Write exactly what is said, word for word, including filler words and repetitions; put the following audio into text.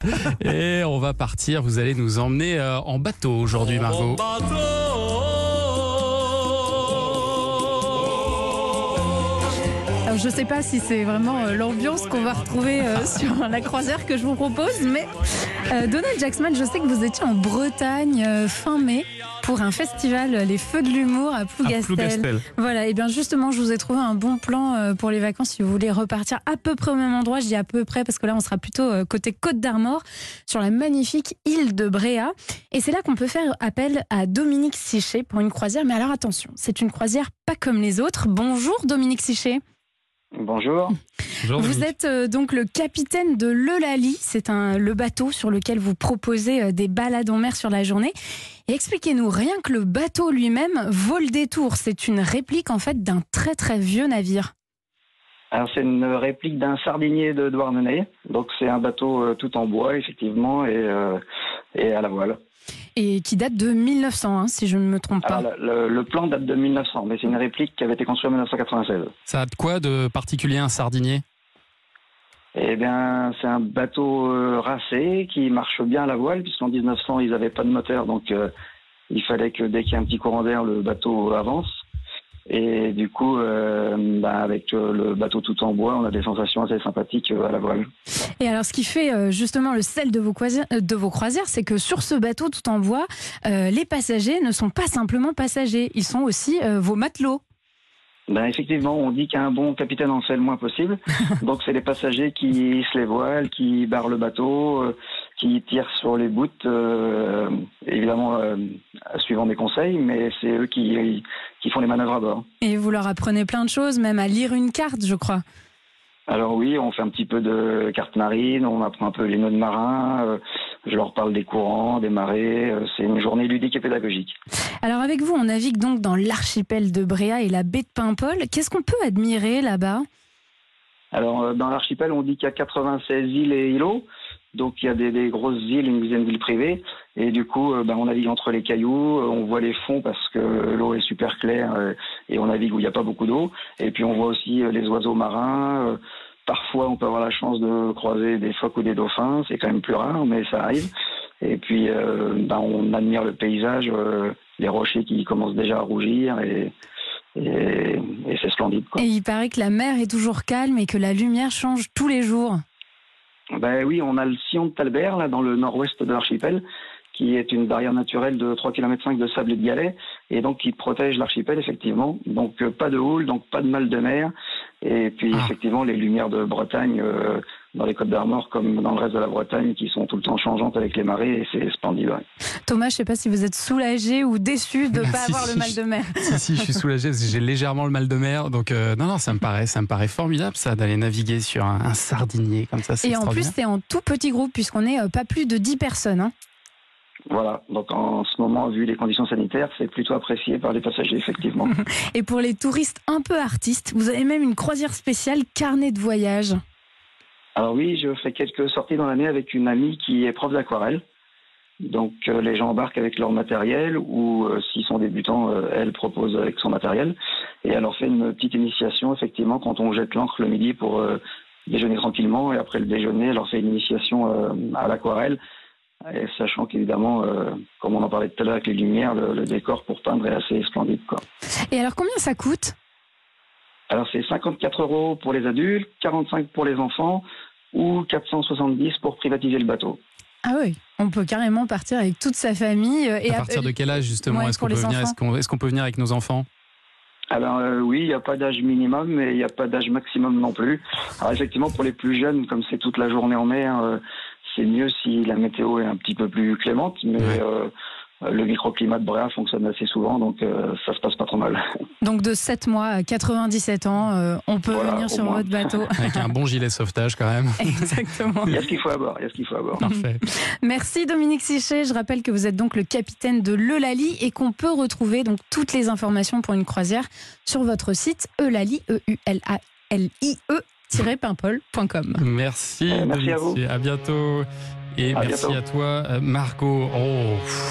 Et on va partir, vous allez nous emmener euh, en bateau aujourd'hui, Margot. Alors, je ne sais pas si c'est vraiment euh, l'ambiance qu'on va retrouver euh, sur la croisière que je vous propose, mais euh, Donald Jacksman, je sais que vous étiez en Bretagne euh, fin mai pour un festival, les Feux de l'Humour à Plougastel. À Plougastel. Voilà, et bien justement, je vous ai trouvé un bon plan euh, pour les vacances si vous voulez repartir à peu près au même endroit. Je dis à peu près parce que là, on sera plutôt euh, côté Côte d'Armor, sur la magnifique île de Bréa. Et c'est là qu'on peut faire appel à Dominique Sichet pour une croisière. Mais alors attention, c'est une croisière pas comme les autres. Bonjour Dominique Sichet. Bonjour. Bonjour, Vous Dominique. êtes euh, donc le capitaine de l'Eulalie. C'est un, le bateau sur lequel vous proposez euh, des balades en mer sur la journée. Et expliquez-nous, rien que le bateau lui-même vaut le détour. C'est une réplique en fait d'un très très vieux navire. Alors c'est une réplique d'un sardinier de Douarnenez. Donc c'est un bateau euh, tout en bois effectivement et, euh, et à la voile. Et qui date de mille neuf cents, hein, si je ne me trompe pas. Alors, le, le plan date de mille neuf cents, mais c'est une réplique qui avait été construite en mille neuf cent quatre-vingt-seize. Ça a de quoi de particulier un sardinier? Eh bien, c'est un bateau euh, racé qui marche bien à la voile, puisqu'en mille neuf cents, ils n'avaient pas de moteur, donc euh, il fallait que dès qu'il y a un petit courant d'air, le bateau avance. Et du coup, euh, bah, avec euh, le bateau tout en bois, on a des sensations assez sympathiques euh, à la voile. Et alors, ce qui fait euh, justement le sel de vos croisières, euh, de vos croisières, c'est que sur ce bateau tout en bois, euh, les passagers ne sont pas simplement passagers, ils sont aussi euh, vos matelots. Ben effectivement, on dit qu'un bon capitaine en fait le moins possible. Donc c'est les passagers qui se les voilent, qui barrent le bateau, euh, qui tirent sur les bouts, euh, évidemment euh, suivant des conseils, mais c'est eux qui, qui font les manœuvres à bord. Et vous leur apprenez plein de choses, même à lire une carte, je crois. Alors oui, on fait un petit peu de carte marine, on apprend un peu les nœuds de marin, euh, je leur parle des courants, des marées, euh, c'est une journée ludique et pédagogique. Alors avec vous, on navigue donc dans l'archipel de Bréa et la baie de Paimpol. Qu'est-ce qu'on peut admirer là-bas ? Alors euh, dans l'archipel, on dit qu'il y a quatre-vingt-seize îles et îlots, donc il y a des, des grosses îles, une dizaine d'îles privées, et du coup euh, ben, on navigue entre les cailloux, euh, on voit les fonds parce que l'eau est super claire euh, et on navigue où il n'y a pas beaucoup d'eau, et puis on voit aussi euh, les oiseaux marins. Euh, Parfois, on peut avoir la chance de croiser des phoques ou des dauphins. C'est quand même plus rare, mais ça arrive. Et puis, euh, ben, on admire le paysage, euh, les rochers qui commencent déjà à rougir, et, et, et c'est splendide, quoi. Et il paraît que la mer est toujours calme et que la lumière change tous les jours. Ben oui, on a le sillon de Talbert, là, dans le nord-ouest de l'archipel, qui est une barrière naturelle de trois virgule cinq kilomètres de sable et de galets, et donc qui protège l'archipel, effectivement. Donc, euh, pas de houle, donc pas de mal de mer. Et puis, Ah. effectivement, les lumières de Bretagne, euh, dans les Côtes d'Armor, comme dans le reste de la Bretagne, qui sont tout le temps changeantes avec les marées, et c'est splendide. Ouais. Thomas, je ne sais pas si vous êtes soulagé ou déçu de ne pas Si, avoir si, le mal je- de mer. Si, si, je suis soulagé parce que j'ai légèrement le mal de mer. Donc, euh, non, non, ça me paraît, ça me paraît formidable, ça, d'aller naviguer sur un, un sardinier comme ça. C'est Et en plus, extraordinaire. c'est en tout petit groupe, puisqu'on n'est euh, pas plus de dix personnes. Hein. Voilà. Donc, en ce moment, vu les conditions sanitaires, c'est plutôt apprécié par les passagers, effectivement. Et pour les touristes un peu artistes, vous avez même une croisière spéciale carnet de voyage. Alors oui, je fais quelques sorties dans l'année avec une amie qui est prof d'aquarelle. Donc euh, les gens embarquent avec leur matériel ou euh, s'ils sont débutants, euh, elle propose avec son matériel. Et elle leur fait une petite initiation, effectivement, quand on jette l'ancre le midi pour euh, déjeuner tranquillement. Et après le déjeuner, elle leur fait une initiation euh, à l'aquarelle. Et sachant qu'évidemment, euh, comme on en parlait tout à l'heure avec les lumières, le, le décor pour peindre est assez splendide, quoi. Et alors, combien ça coûte ? Alors c'est cinquante-quatre euros pour les adultes, quarante-cinq pour les enfants ou quatre cent soixante-dix pour privatiser le bateau. Ah oui, on peut carrément partir avec toute sa famille. euh, Et À partir de quel âge, justement, Ouais, est-ce qu'on pour peut les venir, enfants. est-ce qu'on, est-ce qu'on peut venir avec nos enfants? Alors euh, oui, il n'y a pas d'âge minimum, mais il n'y a pas d'âge maximum non plus. Alors effectivement, pour les plus jeunes, comme c'est toute la journée en mer, euh, c'est mieux si la météo est un petit peu plus clémente, mais Ouais. euh, le microclimat de Bréa fonctionne assez souvent, donc euh, ça se passe pas trop mal. Donc de sept mois à quatre-vingt-dix-sept ans, euh, on peut Voilà, venir au sur moins. votre bateau. Avec un bon gilet sauvetage, quand même. Exactement. Il y a ce qu'il faut à bord, il y a ce qu'il faut à bord. Parfait. Merci Dominique Sichet. Je rappelle que vous êtes donc le capitaine de l'Eulalie et qu'on peut retrouver donc toutes les informations pour une croisière sur votre site eulalie, E U L A L I E paimpol point com. Merci. Euh, merci à vous. À bientôt. Et À merci bientôt. à toi, euh, Margot. Oh.